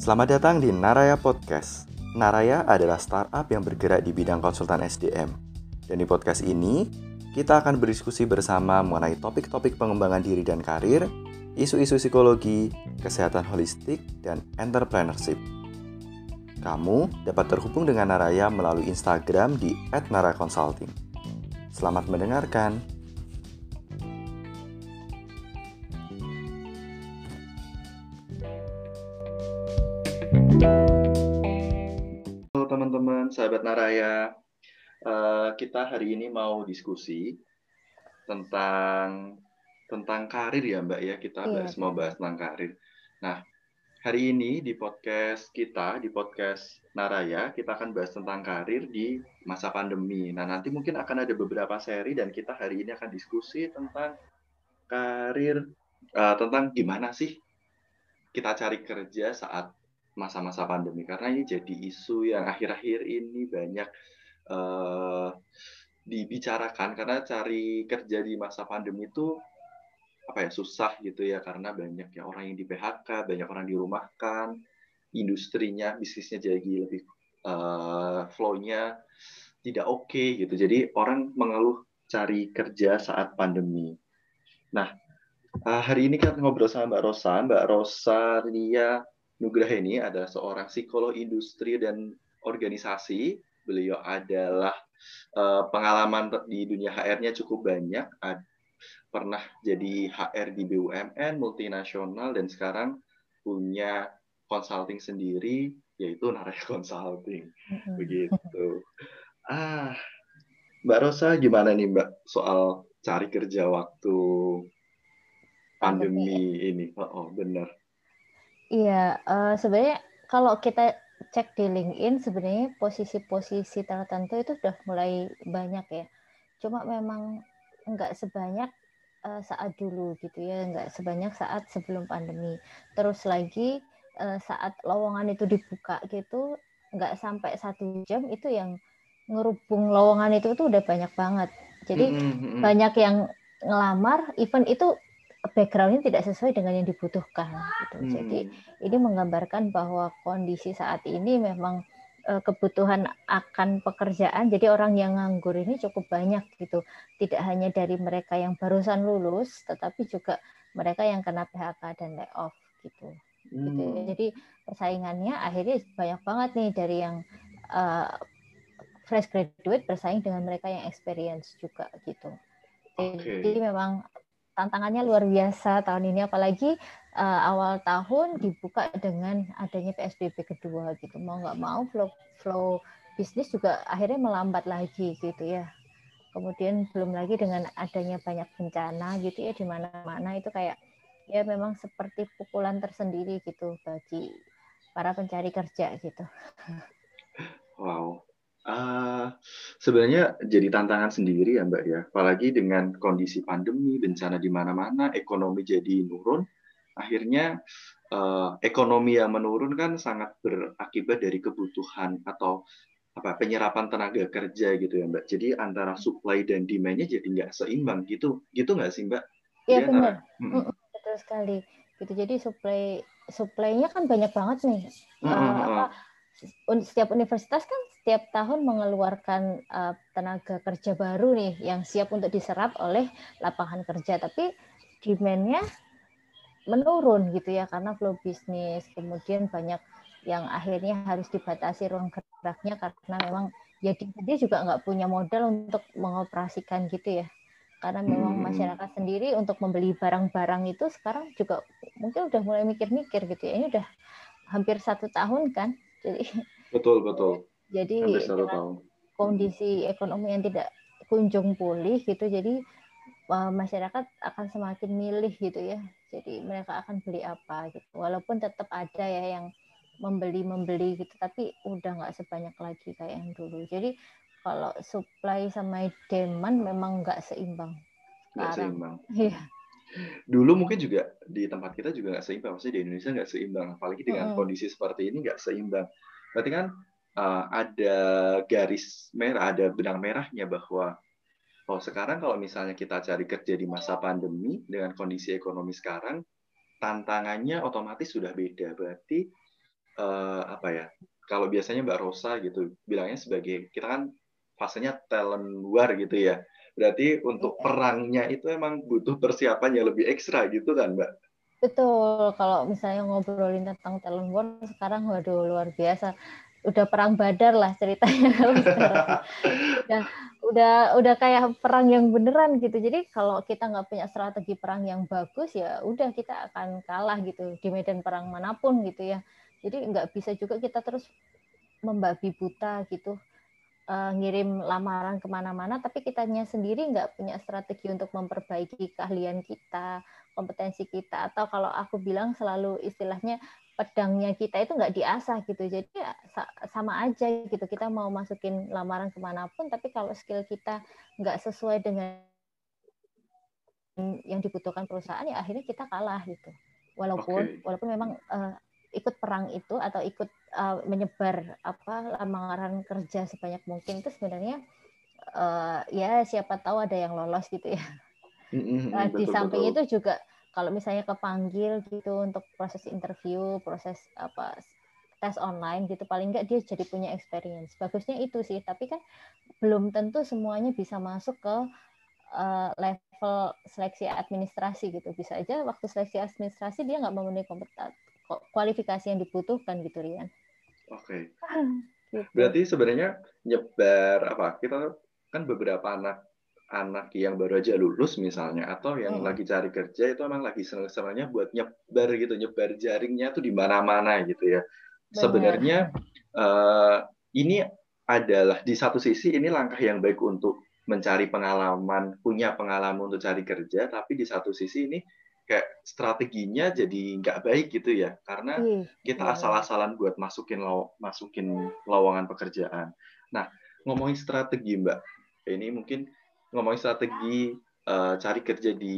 Selamat datang di Naraya Podcast. Naraya adalah startup yang bergerak di bidang konsultan SDM. Dan di podcast ini, kita akan berdiskusi bersama mengenai topik-topik pengembangan diri dan karir, isu-isu psikologi, kesehatan holistik, dan entrepreneurship. Kamu dapat terhubung dengan Naraya melalui Instagram di @naraconsulting. Selamat mendengarkan. Halo teman-teman, sahabat Naraya. Kita hari ini mau diskusi tentang karir ya Mbak ya. Kita mau bahas tentang karir. Nah, hari ini di podcast Naraya, kita akan bahas tentang karir di masa pandemi. Nah, nanti mungkin akan ada beberapa seri dan kita hari ini akan diskusi tentang karir, tentang gimana sih kita cari kerja saat masa-masa pandemi. Karena ini jadi isu yang akhir-akhir ini banyak dibicarakan, karena cari kerja di masa pandemi itu susah gitu ya, karena banyak ya orang yang di PHK, banyak orang dirumahkan, industrinya, bisnisnya jadi lebih flow-nya tidak oke gitu. Jadi orang mengeluh cari kerja saat pandemi. Nah, hari ini kita ngobrol sama Mbak Rosa. Mbak Rosaria Nugraheni adalah seorang psikolog industri dan organisasi. Beliau adalah pengalaman di dunia HR-nya cukup banyak. Pernah jadi HR di BUMN, multinasional, dan sekarang punya consulting sendiri, yaitu Naraya Consulting. Begitu. Mbak Rosa, gimana nih Mbak soal cari kerja waktu pandemi ini? Benar. Iya, sebenarnya kalau kita cek di LinkedIn, sebenarnya posisi-posisi tertentu itu sudah mulai banyak ya. Cuma memang nggak sebanyak saat dulu gitu ya, nggak sebanyak saat sebelum pandemi. Terus lagi saat lowongan itu dibuka gitu, nggak sampai 1 jam itu yang ngerubung lowongan itu tuh udah banyak banget. Jadi banyak yang ngelamar, even itu background-nya tidak sesuai dengan yang dibutuhkan gitu. Jadi ini menggambarkan bahwa kondisi saat ini memang kebutuhan akan pekerjaan, jadi orang yang nganggur ini cukup banyak gitu. Tidak hanya dari mereka yang barusan lulus, tetapi juga mereka yang kena PHK dan layoff gitu. Gitu. Jadi persaingannya akhirnya banyak banget nih dari yang fresh graduate bersaing dengan mereka yang experience juga gitu. Jadi memang tantangannya luar biasa tahun ini, apalagi awal tahun dibuka dengan adanya PSBB kedua gitu. Mau nggak mau flow bisnis juga akhirnya melambat lagi gitu ya. Kemudian belum lagi dengan adanya banyak bencana gitu ya di mana-mana, itu kayak ya memang seperti pukulan tersendiri gitu bagi para pencari kerja gitu. Wow. Sebenarnya jadi tantangan sendiri ya Mbak ya, apalagi dengan kondisi pandemi, bencana di mana-mana, ekonomi jadi nurun, akhirnya ekonomi yang menurun kan sangat berakibat dari kebutuhan atau penyerapan tenaga kerja gitu ya Mbak. Jadi antara supply dan demand-nya jadi nggak seimbang gitu nggak sih Mbak? Iya benar, betul sekali. Gitu. Jadi supply-nya kan banyak banget nih. Setiap universitas kan setiap tahun mengeluarkan tenaga kerja baru nih yang siap untuk diserap oleh lapangan kerja, tapi demand-nya menurun gitu ya karena flow bisnis. Kemudian banyak yang akhirnya harus dibatasi ruang geraknya karena memang ya dia juga nggak punya modal untuk mengoperasikan gitu ya. Karena memang masyarakat sendiri untuk membeli barang-barang itu sekarang juga mungkin udah mulai mikir-mikir gitu ya. Ini udah hampir 1 tahun kan. Jadi betul. Jadi hampir 1 dengan tahun. kondisi ekonomi yang tidak kunjung pulih gitu, jadi masyarakat akan semakin milih gitu ya. Jadi mereka akan beli apa gitu. Walaupun tetap ada ya yang membeli gitu, tapi udah nggak sebanyak lagi kayak yang dulu. Jadi kalau supply sama demand memang nggak seimbang. Nggak seimbang. Iya. Dulu mungkin juga di tempat kita juga nggak seimbang, maksudnya di Indonesia nggak seimbang, apalagi dengan kondisi seperti ini nggak seimbang. Berarti kan ada garis merah, ada benang merahnya bahwa sekarang kalau misalnya kita cari kerja di masa pandemi dengan kondisi ekonomi sekarang, tantangannya otomatis sudah beda. Berarti apa ya? Kalau biasanya Mbak Rosa gitu bilangnya sebagai kita kan fasenya talent luar gitu ya. Berarti untuk Iya. perangnya itu emang butuh persiapan yang lebih ekstra gitu kan, Mbak? Betul, kalau misalnya ngobrolin tentang talent war sekarang, waduh luar biasa. Udah perang Badar lah ceritanya kalau sekarang. Udah, udah kayak perang yang beneran gitu. Jadi kalau kita nggak punya strategi perang yang bagus, ya udah kita akan kalah gitu di medan perang manapun gitu ya. Jadi nggak bisa juga kita terus membabi buta gitu, ngirim lamaran kemana-mana, tapi kitanya sendiri nggak punya strategi untuk memperbaiki keahlian kita, kompetensi kita, atau kalau aku bilang selalu istilahnya pedangnya kita itu nggak diasah gitu. Jadi ya sama aja gitu, kita mau masukin lamaran kemanapun, tapi kalau skill kita nggak sesuai dengan yang dibutuhkan perusahaan, ya akhirnya kita kalah gitu. Walaupun Oke. memang ikut perang itu atau ikut menyebar lamaran kerja sebanyak mungkin itu sebenarnya ya siapa tahu ada yang lolos gitu ya. Di Betul samping betul. itu juga kalau misalnya kepanggil gitu untuk proses interview, proses tes online gitu, paling nggak dia jadi punya experience. Bagusnya itu sih, tapi kan belum tentu semuanya bisa masuk ke level seleksi administrasi gitu. Bisa aja waktu seleksi administrasi dia nggak memenuhi kualifikasi yang dibutuhkan gitu, Rian. Oke. Gitu. Berarti sebenarnya nyebar apa? Kita kan beberapa anak yang baru aja lulus misalnya atau yang lagi cari kerja itu emang lagi senang-senangnya buat nyebar gitu, nyebar jaringnya tuh di mana-mana gitu ya. Benar. Sebenarnya ini adalah di satu sisi ini langkah yang baik untuk mencari pengalaman, punya pengalaman untuk cari kerja, tapi di satu sisi ini kayak strateginya jadi nggak baik gitu ya, karena kita Iya, iya. asal-asalan buat masukin lowongan pekerjaan. Nah, ngomongin strategi Mbak, ini mungkin ngomongin strategi cari kerja di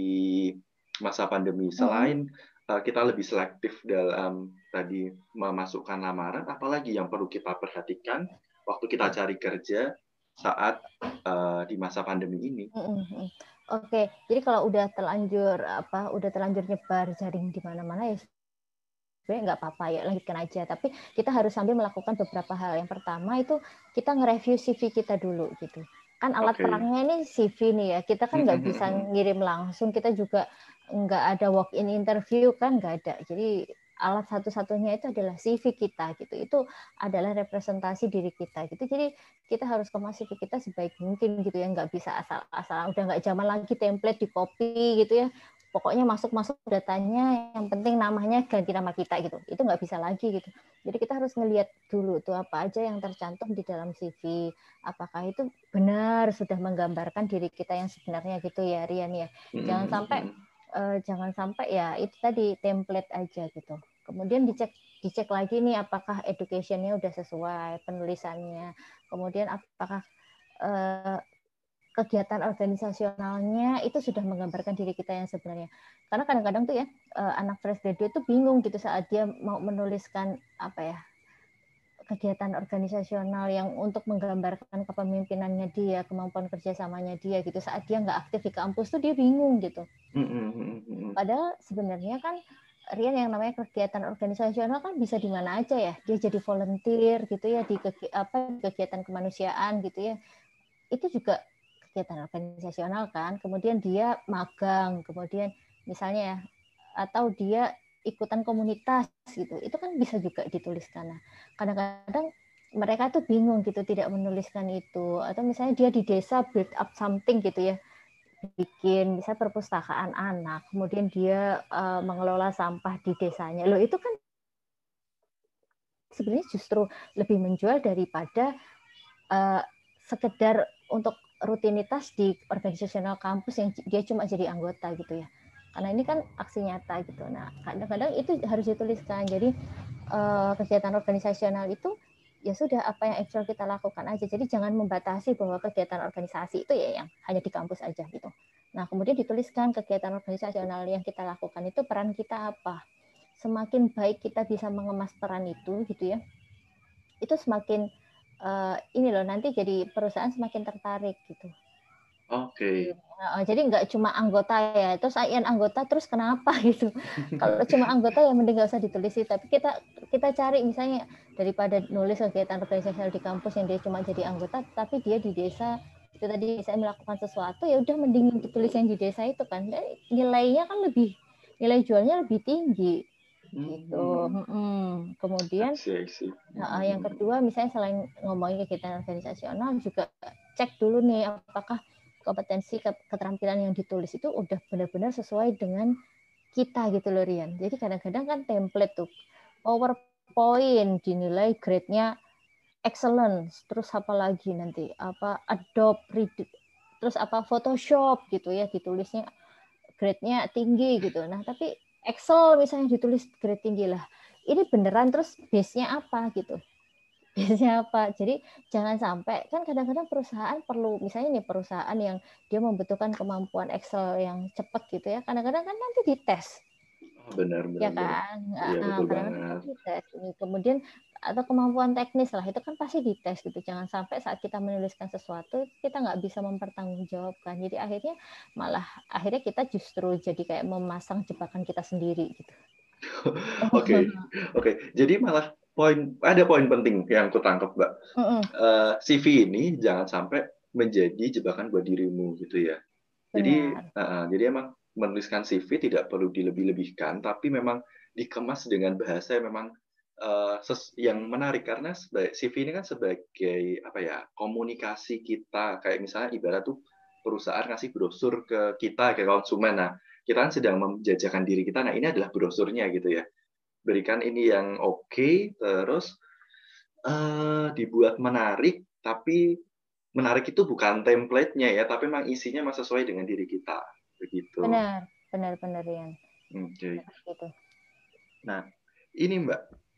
masa pandemi. Selain kita lebih selektif dalam tadi memasukkan lamaran, apalagi yang perlu kita perhatikan waktu kita cari kerja saat di masa pandemi ini? Oke, jadi kalau udah terlanjur nyebar jaring di mana-mana ya sebenarnya nggak apa-apa ya, lanjutkan aja. Tapi kita harus sambil melakukan beberapa hal. Yang pertama itu kita nge-review CV kita dulu gitu. Kan alat Oke. perangnya ini CV nih ya. Kita kan nggak bisa ngirim langsung. Kita juga nggak ada walk-in interview kan, nggak ada. Jadi alat satu-satunya itu adalah CV kita gitu. Itu adalah representasi diri kita gitu. Jadi kita harus kemas CV kita sebaik mungkin gitu ya. Nggak bisa asal-asal. Udah nggak zaman lagi template di copy gitu ya. Pokoknya masuk datanya, yang penting namanya ganti nama kita gitu. Itu nggak bisa lagi gitu. Jadi kita harus ngelihat dulu tuh apa aja yang tercantum di dalam CV. Apakah itu benar sudah menggambarkan diri kita yang sebenarnya gitu ya, Rian ya. Jangan sampai ya itu tadi template aja gitu. Kemudian dicek lagi nih apakah education-nya udah sesuai, penulisannya. Kemudian apakah kegiatan organisasionalnya itu sudah menggambarkan diri kita yang sebenarnya. Karena kadang-kadang tuh ya anak fresh graduate tuh bingung gitu saat dia mau menuliskan kegiatan organisasional yang untuk menggambarkan kepemimpinannya dia, kemampuan kerjasamanya dia gitu. Saat dia nggak aktif di kampus tuh dia bingung gitu. Padahal sebenarnya kan Rian yang namanya kegiatan organisasional kan bisa di mana aja ya. Dia jadi volunteer gitu ya di kegiatan kemanusiaan gitu ya. Itu juga kegiatan organisasional kan. Kemudian dia magang, kemudian misalnya ya, atau dia ikutan komunitas gitu. Itu kan bisa juga dituliskan. Nah, kadang-kadang mereka tuh bingung gitu tidak menuliskan itu, atau misalnya dia di desa build up something gitu ya, bikin bisa perpustakaan anak, kemudian dia mengelola sampah di desanya. Loh itu kan sebenarnya justru lebih menjual daripada sekedar untuk rutinitas di organisasional kampus yang dia cuma jadi anggota gitu ya. Karena ini kan aksi nyata gitu. Nah, kadang-kadang itu harus dituliskan. Jadi kegiatan organisasional itu ya sudah apa yang actual kita lakukan aja. Jadi jangan membatasi bahwa kegiatan organisasi itu ya yang hanya di kampus aja gitu. Nah, kemudian dituliskan kegiatan organisasional yang kita lakukan itu peran kita apa. Semakin baik kita bisa mengemas peran itu gitu ya. Itu semakin ini loh nanti jadi perusahaan semakin tertarik gitu. Oke. Jadi nggak cuma anggota ya, terus AIN anggota terus kenapa gitu. Kalau cuma anggota ya mending nggak usah ditulis sih. Tapi kita cari misalnya daripada nulis kegiatan organisasi di kampus yang dia cuma jadi anggota, tapi dia di desa itu tadi bisa melakukan sesuatu, ya udah mending ditulis yang di desa itu kan. Nilainya kan nilai jualnya lebih tinggi gitu. Kemudian I see. yang kedua misalnya selain ngomongin kegiatan organisasional juga cek dulu nih apakah kompetensi keterampilan yang ditulis itu udah benar-benar sesuai dengan kita gitu loh Rian. Jadi kadang-kadang kan template tuh PowerPoint dinilai grade-nya excellent, terus apa lagi nanti apa Adobe terus apa Photoshop gitu ya ditulisnya grade-nya tinggi gitu. Nah, tapi Excel misalnya ditulis grade tinggi lah. Ini beneran terus base-nya apa gitu. Base-nya apa? Jadi jangan sampai kan kadang-kadang perusahaan perlu misalnya nih perusahaan yang dia membutuhkan kemampuan Excel yang cepat gitu ya. Kadang-kadang kan nanti dites. Benar. Ya kan? Iya, betul Kadang-kadang kan banget. dites. Kemudian atau kemampuan teknis lah itu kan pasti dites gitu. Jangan sampai saat kita menuliskan sesuatu kita nggak bisa mempertanggungjawabkan. Jadi akhirnya kita justru jadi kayak memasang jebakan kita sendiri gitu. Oke. Jadi malah ada poin penting yang aku tangkap, Mbak. CV ini jangan sampai menjadi jebakan buat dirimu gitu ya. Benar. Jadi emang menuliskan CV tidak perlu dilebih-lebihkan, tapi memang dikemas dengan bahasa yang memang yang menarik karena CV ini kan sebagai apa ya komunikasi kita kayak misalnya ibarat tuh perusahaan ngasih brosur ke kita ke konsumen. Nah, kita kan sedang menjajakan diri kita. Nah, ini adalah brosurnya gitu ya. Berikan ini yang oke, terus dibuat menarik, tapi menarik itu bukan template-nya ya, tapi memang isinya masih sesuai dengan diri kita, begitu. Benar Rian. Oke. Gitu. Nah, ini Mbak,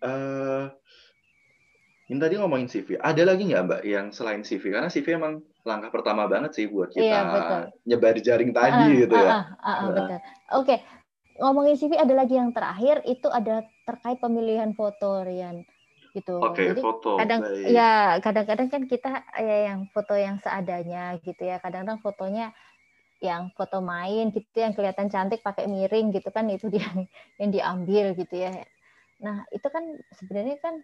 ini tadi ngomongin CV. Ada lagi nggak Mbak yang selain CV? Karena CV emang langkah pertama banget sih buat kita Iya betul. nyebar jaring tadi gitu ya. Betul. Oke. Ngomongin CV ada lagi yang terakhir itu ada terkait pemilihan foto Rian gitu. Oke, Jadi foto. Baik. kadang-kadang kan kita yang foto yang seadanya gitu ya. Kadang-kadang fotonya yang foto main gitu yang kelihatan cantik pakai miring gitu kan itu dia yang diambil gitu ya. Nah, itu kan sebenarnya kan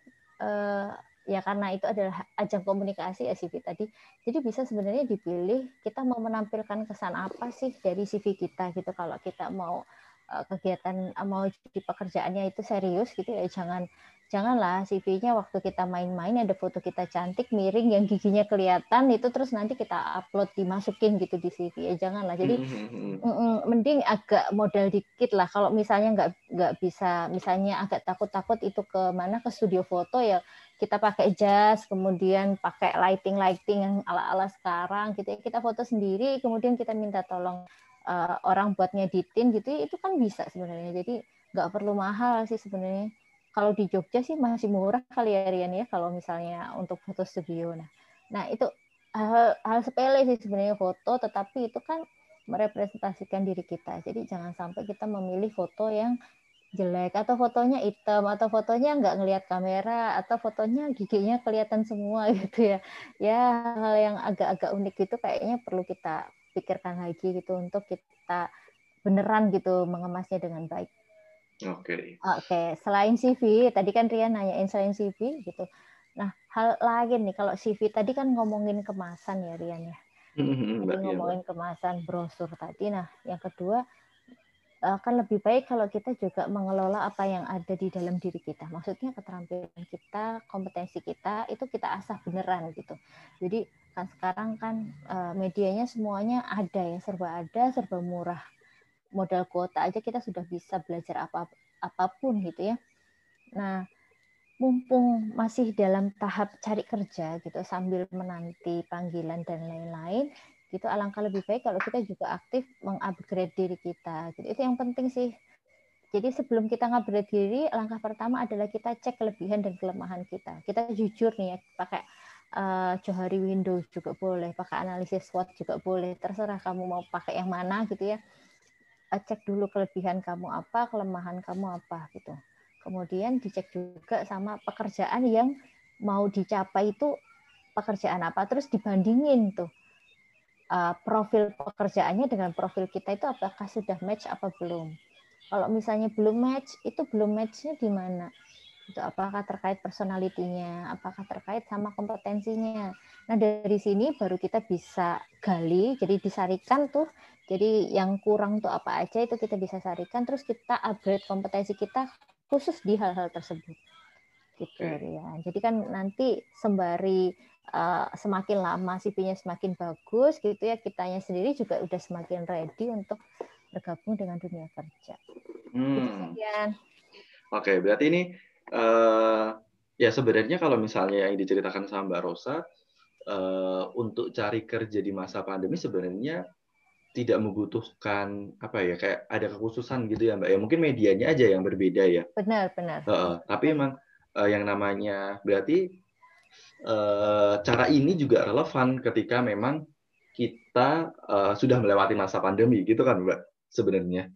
ya karena itu adalah ajang komunikasi ya CV tadi. Jadi bisa sebenarnya dipilih kita mau menampilkan kesan apa sih dari CV kita gitu. Kalau kita mau kegiatan mau jadi pekerjaannya itu serius gitu ya janganlah CV-nya waktu kita main-main ada foto kita cantik miring yang giginya kelihatan itu terus nanti kita upload dimasukin gitu di CV ya janganlah. Jadi mending agak modal dikit lah kalau misalnya nggak bisa misalnya agak takut itu ke mana ke studio foto ya kita pakai jas kemudian pakai lighting yang ala-ala sekarang gitu ya kita foto sendiri kemudian kita minta tolong orang buat ngeditin gitu itu kan bisa sebenarnya jadi nggak perlu mahal sih sebenarnya kalau di Jogja sih masih murah kali ya Rian ya kalau misalnya untuk foto studio nah itu hal sepele sih sebenarnya foto tetapi itu kan merepresentasikan diri kita. Jadi jangan sampai kita memilih foto yang jelek atau fotonya hitam atau fotonya nggak ngelihat kamera atau fotonya giginya kelihatan semua gitu ya. Ya hal yang agak-agak unik itu kayaknya perlu kita pikirkan lagi gitu untuk kita beneran gitu mengemasnya dengan baik. Oke, selain CV, tadi kan Rian nanyain selain CV gitu. Nah, hal lain nih kalau CV tadi kan ngomongin kemasan ya Rian ya. Jadi ngomongin kemasan brosur tadi. Nah, yang kedua akan lebih baik kalau kita juga mengelola apa yang ada di dalam diri kita. Maksudnya keterampilan kita, kompetensi kita itu kita asah beneran gitu. Jadi kan sekarang kan medianya semuanya ada ya, serba murah. Modal kuota aja kita sudah bisa belajar apapun gitu ya. Nah, mumpung masih dalam tahap cari kerja gitu sambil menanti panggilan dan lain-lain gitu alangkah lebih baik kalau kita juga aktif mengupgrade diri kita gitu. Itu yang penting sih. Jadi sebelum kita ngupgrade diri langkah pertama adalah kita cek kelebihan dan kelemahan kita. Kita jujur nih ya pakai Johari Windows juga boleh, pakai analisis SWOT juga boleh, terserah kamu mau pakai yang mana gitu ya. Cek dulu kelebihan kamu apa, kelemahan kamu apa gitu. Kemudian dicek juga sama pekerjaan yang mau dicapai itu pekerjaan apa, terus dibandingin tuh profil pekerjaannya dengan profil kita itu apakah sudah match apa belum. Kalau misalnya belum match, itu belum match-nya di mana? Itu apakah terkait personalitinya, apakah terkait sama kompetensinya. Nah, dari sini baru kita bisa gali, jadi disarikan tuh. Jadi yang kurang tuh apa aja itu kita bisa sarikan, terus kita upgrade kompetensi kita khusus di hal-hal tersebut. Gitu ya. Jadi kan nanti sembari semakin lama CV-nya semakin bagus gitu ya, kitanya sendiri juga udah semakin ready untuk bergabung dengan dunia kerja. Oke, berarti ini ya sebenarnya kalau misalnya yang diceritakan sama Mbak Rosa, untuk cari kerja di masa pandemi sebenarnya tidak membutuhkan apa ya, kayak ada kekhususan gitu ya Mbak ya. Mungkin medianya aja yang berbeda ya. Benar. Tapi emang yang namanya berarti cara ini juga relevan ketika memang kita sudah melewati masa pandemi gitu kan Mbak sebenarnya.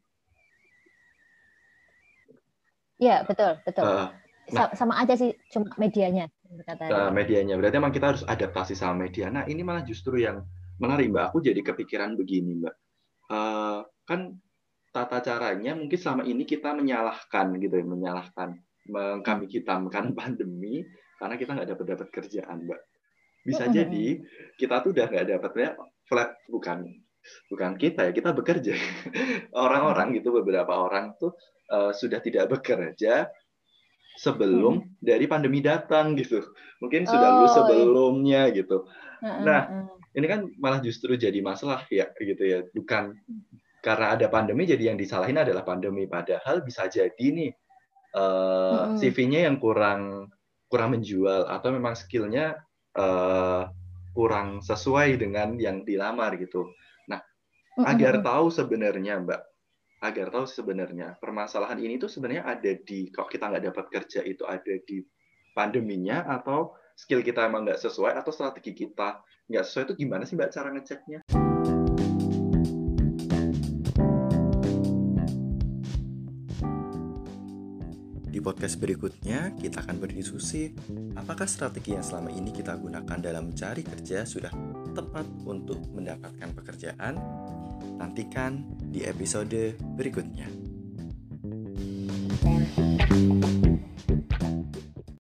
Iya, betul. Sama aja sih, cuma medianya. Medianya, berarti emang kita harus adaptasi sama media. Nah, ini malah justru yang menarik, Mbak. Aku jadi kepikiran begini, Mbak. Kan tata caranya mungkin selama ini kita menyalahkan, mengkambing hitamkan pandemi karena kita nggak dapat kerjaan, Mbak. Bisa jadi kita tuh udah nggak dapatnya flat, bukan kita ya, kita bekerja. Orang-orang gitu, beberapa orang tuh sudah tidak bekerja sebelum dari pandemi datang gitu. Mungkin sudah lulus sebelumnya gitu. Nah, ini kan malah justru jadi masalah ya gitu ya. Bukan karena ada pandemi jadi yang disalahin adalah pandemi, padahal bisa jadi nih CV-nya yang kurang menjual atau memang skill-nya kurang sesuai dengan yang dilamar gitu. Nah, agar tahu sebenarnya permasalahan ini tuh sebenarnya ada di, kalau kita nggak dapat kerja itu ada di pandeminya, atau skill kita emang nggak sesuai, atau strategi kita nggak sesuai, itu gimana sih Mbak cara ngeceknya? Di podcast berikutnya, kita akan berdiskusi apakah strategi yang selama ini kita gunakan dalam mencari kerja sudah tepat untuk mendapatkan pekerjaan. Nantikan di episode berikutnya.